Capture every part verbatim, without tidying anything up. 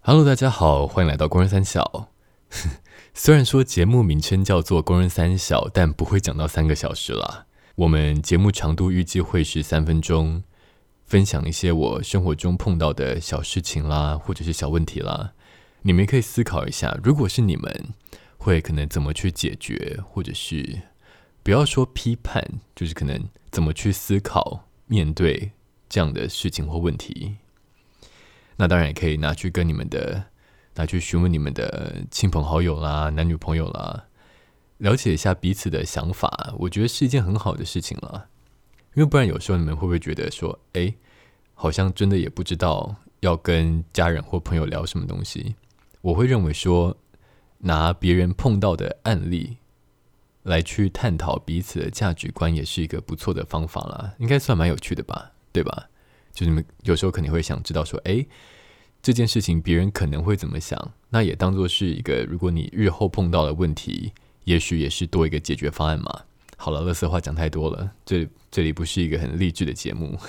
Hello， 大家好，欢迎来到工人三小。虽然说节目名称叫做工人三小，但不会讲到三个小时啦。我们节目长度预计会是三分钟，分享一些我生活中碰到的小事情啦，或者是小问题啦。你们可以思考一下，如果是你们，会可能怎么去解决，或者是不要说批判，就是可能怎么去思考面对这样的事情或问题。那当然也可以拿去跟你们的拿去询问你们的亲朋好友啦、男女朋友啦，了解一下彼此的想法，我觉得是一件很好的事情啦。因为不然有时候你们会不会觉得说，哎，好像真的也不知道要跟家人或朋友聊什么东西。我会认为说，拿别人碰到的案例来去探讨彼此的价值观，也是一个不错的方法啦，应该算蛮有趣的吧，对吧？就你们有时候可能会想知道说，哎，这件事情别人可能会怎么想，那也当作是一个，如果你日后碰到的问题，也许也是多一个解决方案嘛。好了，垃圾话讲太多了，这这里不是一个很励志的节目。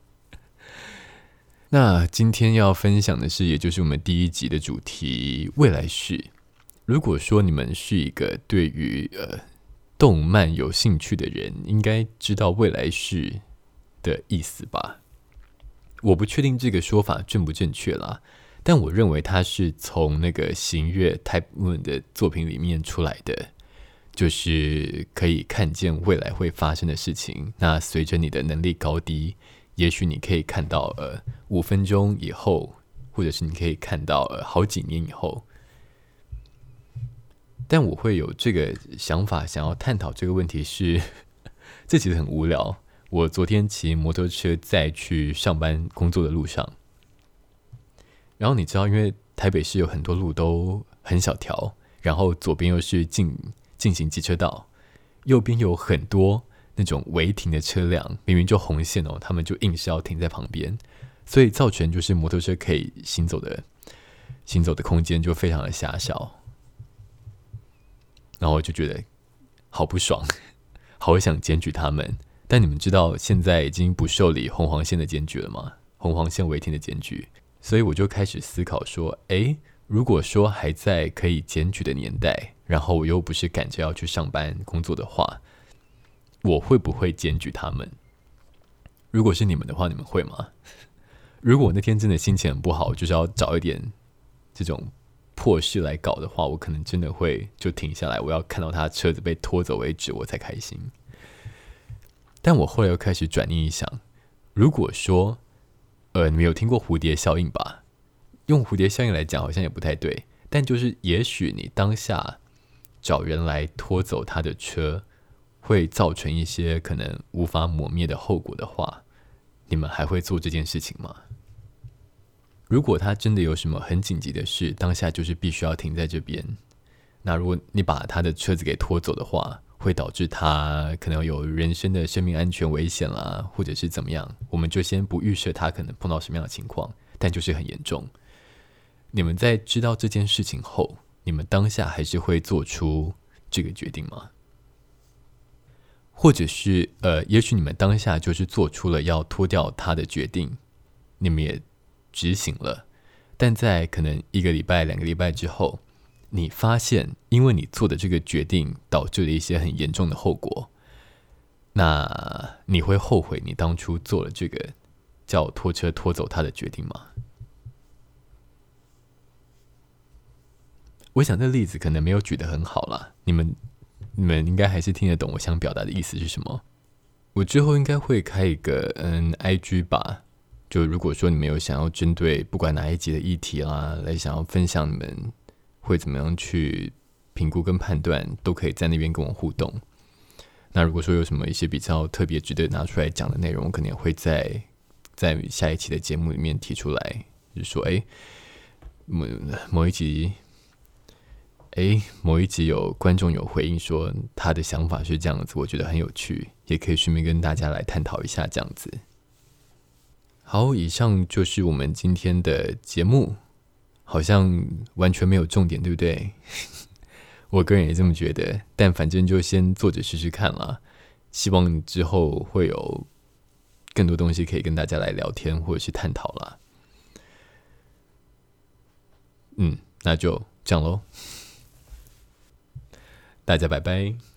那今天要分享的是，也就是我们第一集的主题——未来式。如果说你们是一个对于呃动漫有兴趣的人，应该知道未来式的意思吧？我不确定这个说法正不正确啦，但我认为它是从那个行月 Type Moon 的作品里面出来的，就是可以看见未来会发生的事情。那随着你的能力高低，也许你可以看到呃五分钟以后，或者是你可以看到呃好几年以后。但我会有这个想法，想要探讨这个问题是，这其实很无聊。我昨天骑摩托车在去上班工作的路上，然后你知道，因为台北市有很多路都很小条，然后左边又是进进行机车道，右边有很多那种违停的车辆，明明就红线哦，他们就硬是要停在旁边，所以造成就是摩托车可以行走的行走的空间就非常的狭小，然后我就觉得好不爽，好想检举他们。但你们知道现在已经不受理红黄线的检举了吗？红黄线违停的检举，所以我就开始思考说，诶，如果说还在可以检举的年代，然后我又不是赶着要去上班工作的话，我会不会检举他们？如果是你们的话，你们会吗？如果我那天真的心情很不好，就是要找一点这种破事来搞的话，我可能真的会就停下来，我要看到他车子被拖走为止，我才开心。但我后来又开始转念一想，如果说，呃，你们有听过蝴蝶效应吧？用蝴蝶效应来讲好像也不太对，但就是也许你当下找人来拖走他的车，会造成一些可能无法抹灭的后果的话，你们还会做这件事情吗？如果他真的有什么很紧急的事，当下就是必须要停在这边，那如果你把他的车子给拖走的话，会导致他可能有人身的生命安全危险啦，或者是怎么样，我们就先不预设他可能碰到什么样的情况，但就是很严重。你们在知道这件事情后，你们当下还是会做出这个决定吗？或者是呃，也许你们当下就是做出了要脱掉他的决定，你们也执行了，但在可能一个礼拜、两个礼拜之后，你发现因为你做的这个决定导致了一些很严重的后果，那你会后悔你当初做了这个叫拖车拖走他的决定吗？我想这例子可能没有举得很好啦，你们你们应该还是听得懂我想表达的意思是什么。我之后应该会开一个嗯 I G 吧，就如果说你们有想要针对不管哪一集的议题啦，来想要分享你们会怎么样去评估跟判断，都可以在那边跟我互动。那如果说有什么一些比较特别值得拿出来讲的内容，我可能也会在在下一期的节目里面提出来，就是说，哎，某某一集，哎，某一集有观众有回应说他的想法是这样子，我觉得很有趣，也可以顺便跟大家来探讨一下这样子。好，以上就是我们今天的节目。好像完全没有重点，对不对？我个人也这么觉得，但反正就先做着试试看啦。希望之后会有更多东西可以跟大家来聊天或者是探讨啦。 嗯，那就这样咯，大家拜拜。